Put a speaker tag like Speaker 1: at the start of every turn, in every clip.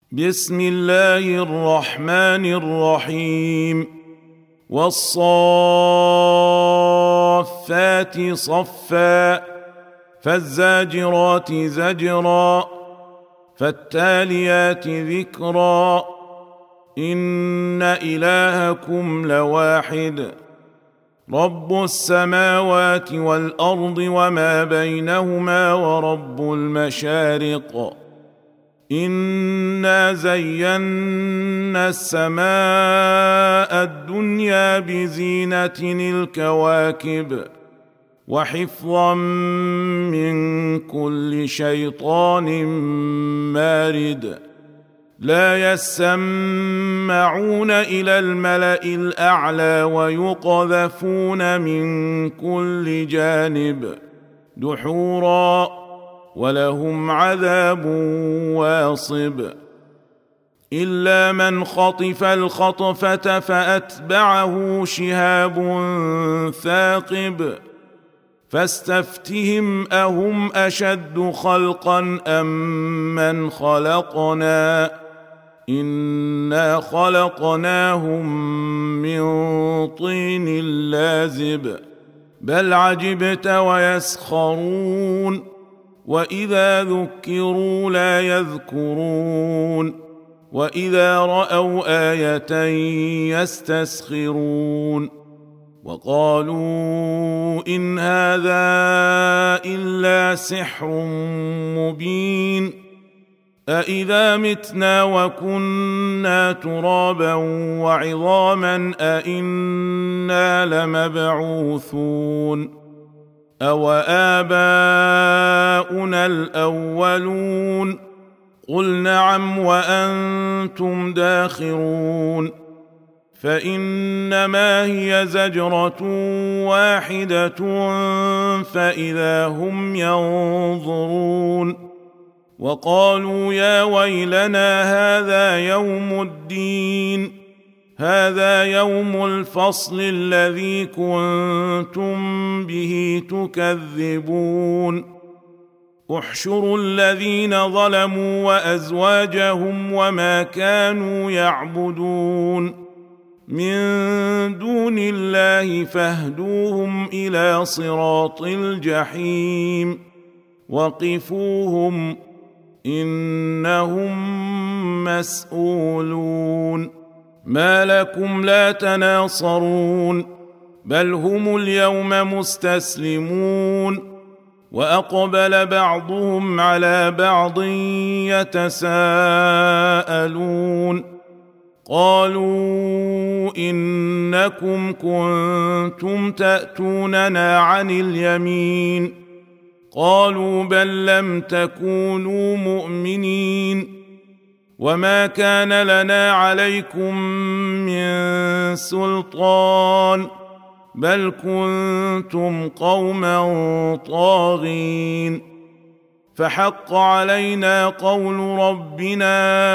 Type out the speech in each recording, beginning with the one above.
Speaker 1: بسم الله الرحمن الرحيم والصافات صفا فالزاجرات زجرا فالتاليات ذكرا إن إلهكم لواحد رب السماوات والأرض وما بينهما ورب المشارق إنا زينا السماء الدنيا بزينة الكواكب وحفظا من كل شيطان مارد لا يسمعون إلى الملأ الأعلى ويقذفون من كل جانب دحورا ولهم عذاب واصب إلا من خطف الخطفة فأتبعه شهاب ثاقب فاستفتهم أهم أشد خلقا أم من خلقنا إنا خلقناهم من طين لازب بل عجبت ويسخرون وإذا ذكروا لا يذكرون وإذا رأوا آية يستسخرون وقالوا إن هذا إلا سحر مبين أإذا متنا وكنا ترابا وعظاما أإنا لمبعوثون أوآباؤنا الأولون قل نعم وأنتم داخرون فإنما هي زجرة واحدة فإذا هم ينظرون وقالوا يا ويلنا هذا يوم الدين هذا يوم الفصل الذي كنتم به تكذبون احشروا الذين ظلموا وأزواجهم وما كانوا يعبدون من دون الله فاهدوهم إلى صراط الجحيم وقفوهم إنهم مسؤولون ما لكم لا تناصرون بل هم اليوم مستسلمون وأقبل بعضهم على بعض يتساءلون قالوا إنكم كنتم تأتوننا عن اليمين قالوا بل لم تكونوا مؤمنين وما كان لنا عليكم من سلطان بل كنتم قوما طاغين فحق علينا قول ربنا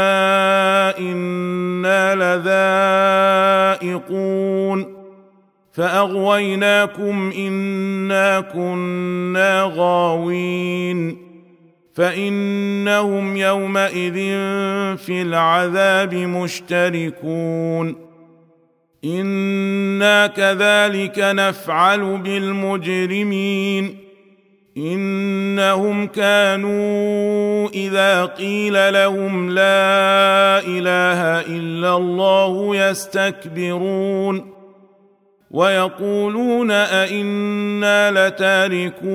Speaker 1: إنا لذائقون فأغويناكم إنا كنا غاوين فإنهم يومئذ في العذاب مشتركون إنا كذلك نفعل بالمجرمين إنهم كانوا إذا قيل لهم لا إله إلا الله يستكبرون ويقولون أئنا لتاركو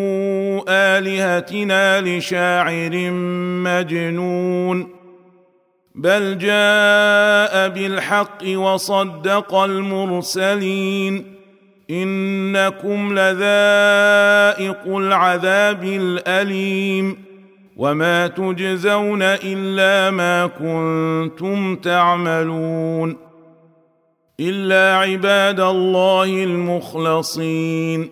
Speaker 1: آلهتنا لشاعر مجنون بل جاء بالحق وصدق المرسلين إنكم لذائق العذاب الأليم وما تجزون إلا ما كنتم تعملون إلا عباد الله المخلصين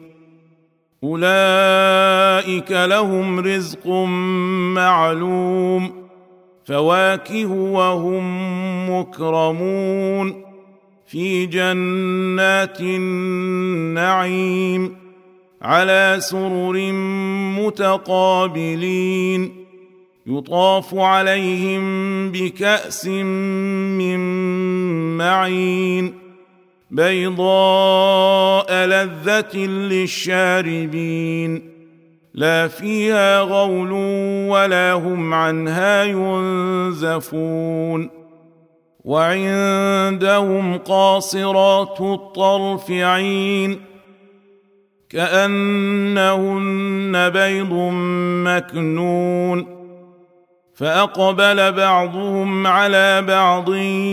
Speaker 1: أولئك لهم رزق معلوم فواكه وهم مكرمون في جنات النعيم على سرر متقابلين يطاف عليهم بكأس من معين بيضاء لذة للشاربين لا فيها غول ولا هم عنها ينزفون وعندهم قاصرات الطرف عين كأنهن بيض مكنون فأقبل بعضهم على بعض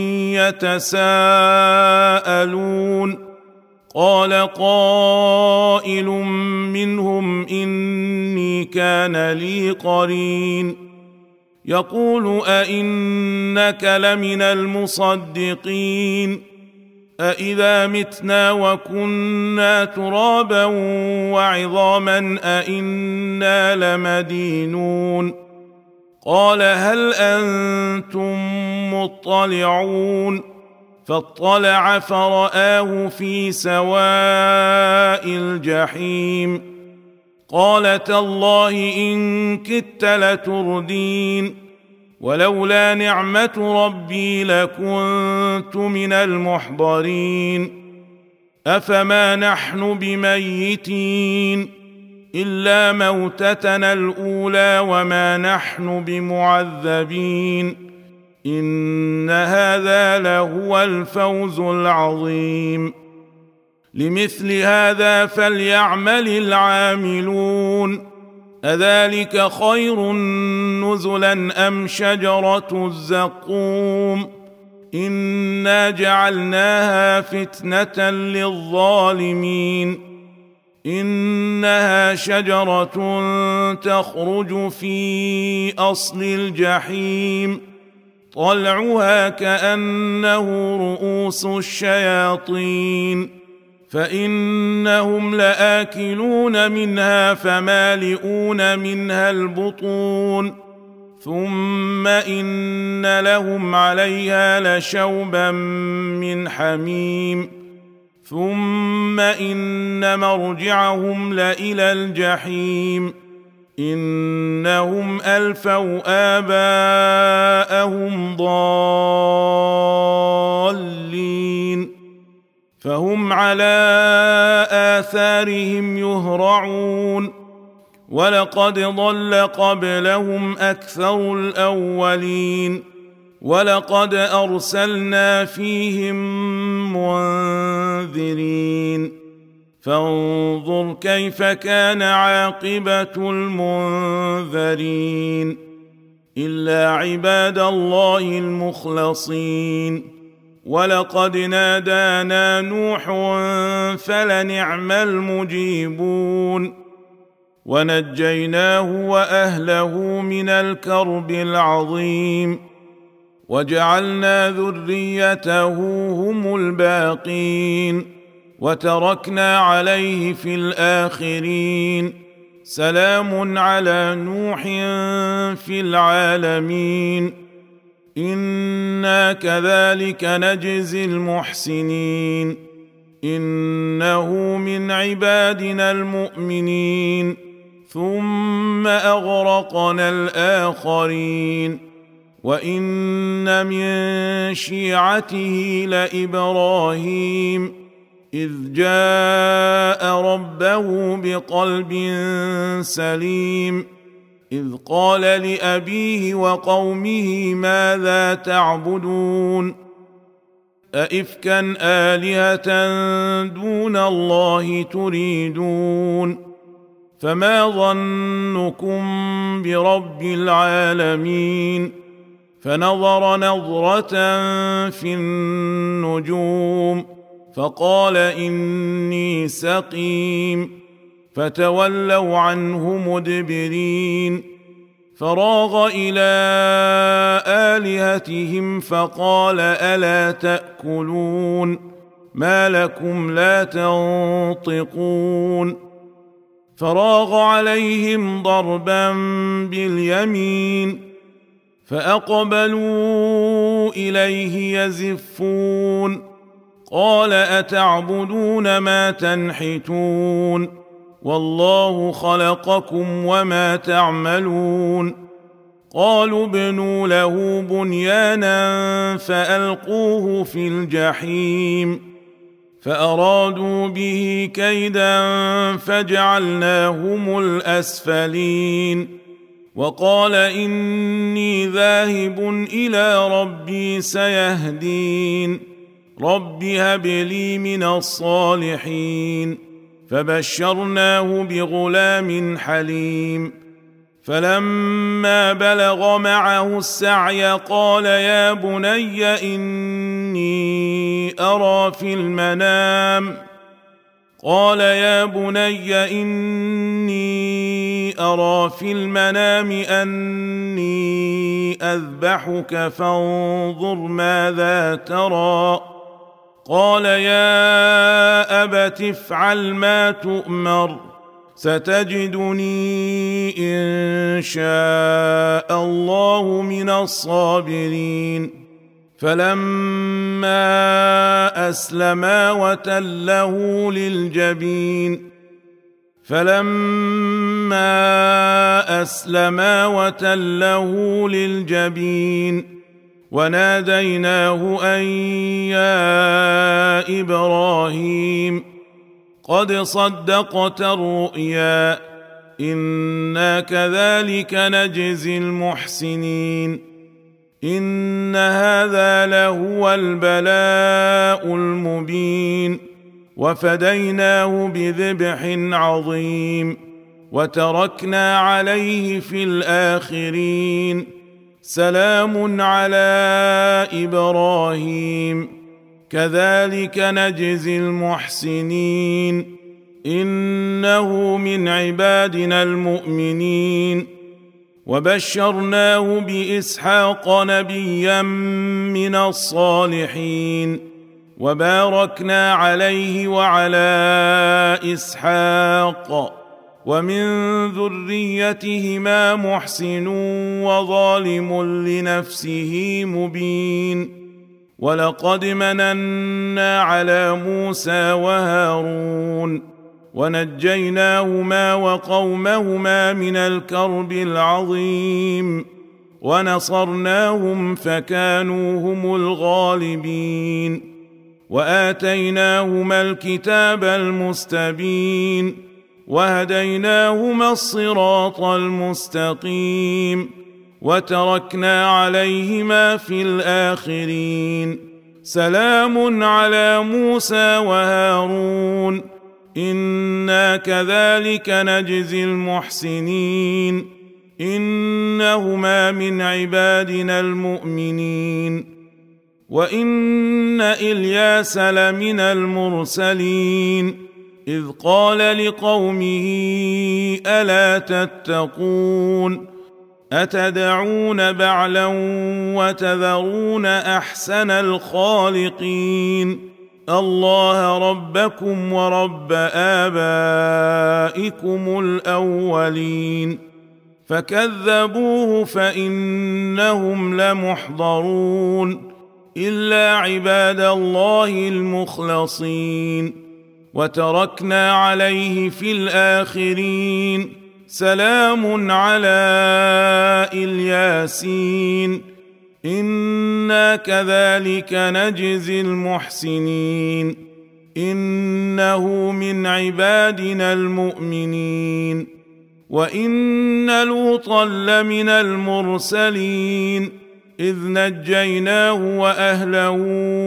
Speaker 1: يتساءلون قال قائل منهم إني كان لي قرين يقول أئنك لمن المصدقين أإذا متنا وكنا ترابا وعظاما أئنا لمدينون قال هل أنتم مطلعون فاطلع فرآه في سواء الجحيم قال تالله إن كدت لتردين ولولا نعمة ربي لكنت من المحضرين أفما نحن بميتين إلا موتتنا الأولى وما نحن بمعذبين إن هذا لهو الفوز العظيم لمثل هذا فليعمل العاملون أذلك خير نزلا أم شجرة الزقوم إنا جعلناها فتنة للظالمين إنها شجرة تخرج في أصل الجحيم طلعها كأنه رؤوس الشياطين فإنهم لآكلون منها فمالئون منها البطون ثم إن لهم عليها لشوبا من حميم ثم إن مرجعهم لإلى الجحيم إنهم ألفوا آباءهم ضالين فهم على آثارهم يهرعون ولقد ضل قبلهم أكثر الأولين ولقد أرسلنا فيهم منذرين فانظر كيف كان عاقبة المنذرين إلا عباد الله المخلصين ولقد نادانا نوح فلنعم المجيبون ونجيناه وأهله من الكرب العظيم وجعلنا ذريته هم الباقين وتركنا عليه في الآخرين سلام على نوح في العالمين إنا كذلك نجزي المحسنين إنه من عبادنا المؤمنين ثم أغرقنا الآخرين وإن من شيعته لإبراهيم إذ جاء ربه بقلب سليم إذ قال لأبيه وقومه ماذا تعبدون أئفكا آلهة دون الله تريدون فما ظنكم برب العالمين فنظر نظرة في النجوم فقال إني سقيم فتولوا عنه مدبرين فراغ إلى آلهتهم فقال ألا تأكلون ما لكم لا تنطقون فراغ عليهم ضربا باليمين فأقبلوا إليه يزفون قال أتعبدون ما تنحتون والله خلقكم وما تعملون قالوا ابنوا له بنيانا فألقوه في الجحيم فأرادوا به كيدا فجعلناهم الأسفلين وقال إني ذاهب إلى ربي سيهدين رب هب لي من الصالحين فبشرناه بغلام حليم فلما بلغ معه السعي قال يا بني إني أرى في المنام أني أذبحك فانظر ماذا ترى قال يا أبت افعل ما تؤمر ستجدني إن شاء الله من الصابرين فلما أسلما وتله للجبين وناديناه أن يا إبراهيم قد صدقت الرؤيا إنا كذلك نجزي المحسنين إن هذا لهو البلاء المبين وفديناه بذبح عظيم وتركنا عليه في الآخرين سلام على إبراهيم كذلك نجزي المحسنين إنه من عبادنا المؤمنين وبشرناه بإسحاق نبيا من الصالحين وباركنا عليه وعلى إسحاق ومن ذريتهما محسن وظالم لنفسه مبين ولقد مننا على موسى وهارون ونجيناهما وقومهما من الكرب العظيم ونصرناهم فكانوا هم الغالبين وآتيناهما الكتاب المستبين وهديناهما الصراط المستقيم وتركنا عليهما في الآخرين سلام على موسى وهارون إنا كذلك نجزي المحسنين إنهما من عبادنا المؤمنين وإن إلياس لمن المرسلين إذ قال لقومه ألا تتقون أتدعون بعلا وتذرون أحسن الخالقين الله ربكم ورب آبائكم الأولين فكذبوه فإنهم لمحضرون إلا عباد الله المخلصين وتركنا عليه في الآخرين سلام على الياسين إنا كذلك نجزي المحسنين إنه من عبادنا المؤمنين وإن لوطا لمن المرسلين إذ نجيناه وأهله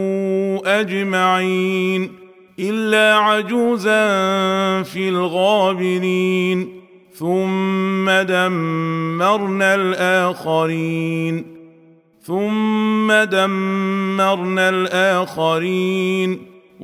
Speaker 1: أجمعين إلا عجوزا في الغابرين ثم دمرنا الآخرين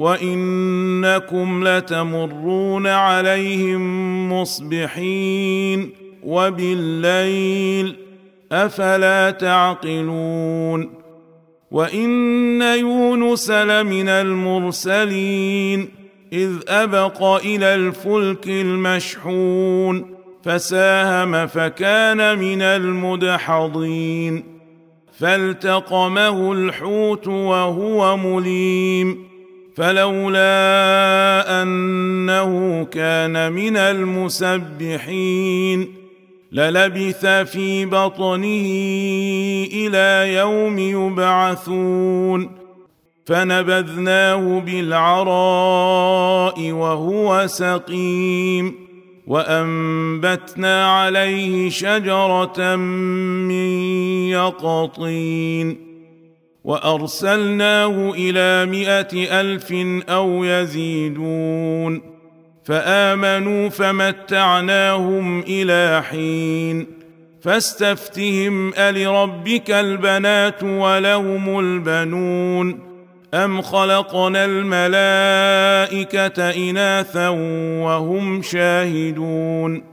Speaker 1: وإنكم لتمرون عليهم مصبحين وبالليل أفلا تعقلون وإن يونس لمن المرسلين إذ أبق إلى الفلك المشحون فساهم فكان من المدحضين فالتقمه الحوت وهو مليم فلولا أنه كان من المسبحين للبث في بطنه إلى يوم يبعثون فنبذناه بالعراء وهو سقيم وأنبتنا عليه شجرة من يقطين وأرسلناه إلى 100,000 أو يزيدون فآمنوا فمتعناهم إلى حين فاستفتهم ألربك البنات ولهم البنون أم خلقنا الملائكة إناثا وهم شاهدون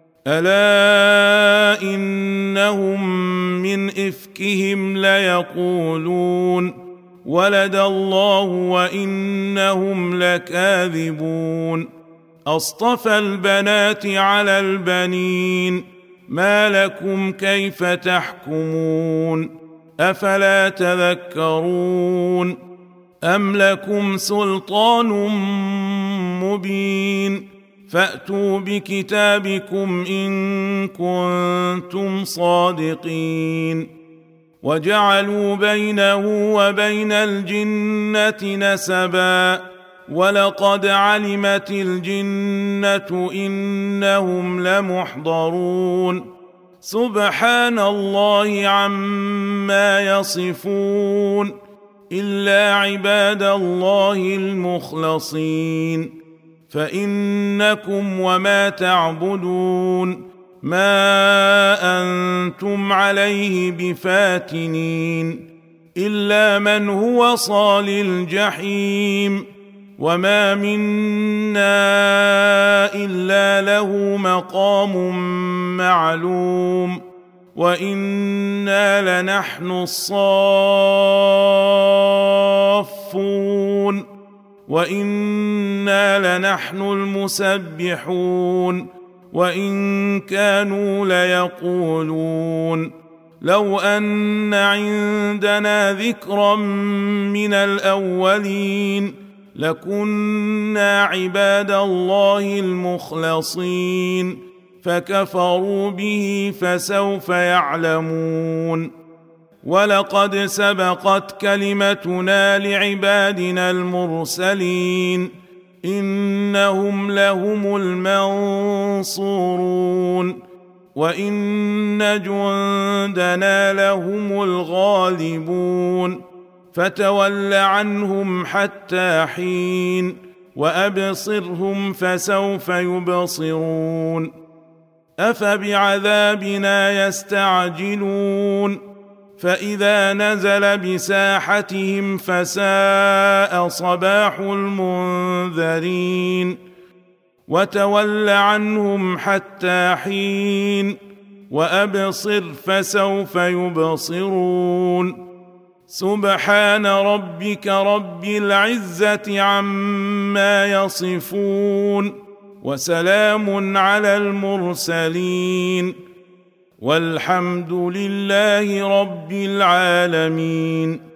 Speaker 1: ألا إنهم من إفكهم ليقولون ولد الله وإنهم لكاذبون أصطفى البنات على البنين ما لكم كيف تحكمون أفلا تذكرون أم لكم سلطان مبين فأتوا بكتابكم إن كنتم صادقين وجعلوا بينه وبين الجنة نسبا ولقد علمت الجنة إنهم لمحضرون سبحان الله عما يصفون إلا عباد الله المخلصين فإنكم وما تعبدون ما أنتم عليه بفاتنين إلا من هو صال الجحيم وما منا إلا له مقام معلوم وإنا لنحن الصافون وإنا لنحن المسبحون وإن كانوا ليقولون لو أن عندنا ذكرا من الأولين لكنا عباد الله المخلصين فكفروا به فسوف يعلمون ولقد سبقت كلمتنا لعبادنا المرسلين إنهم لهم المنصورون وإن جندنا لهم الغالبون فتول عنهم حتى حين وأبصرهم فسوف يبصرون أفبعذابنا يستعجلون فإذا نزل بساحتهم فساء صباح المنذرين وتول عنهم حتى حين وأبصر فسوف يبصرون سبحان ربك رب العزة عما يصفون وسلام على المرسلين والحمد لله رب العالمين.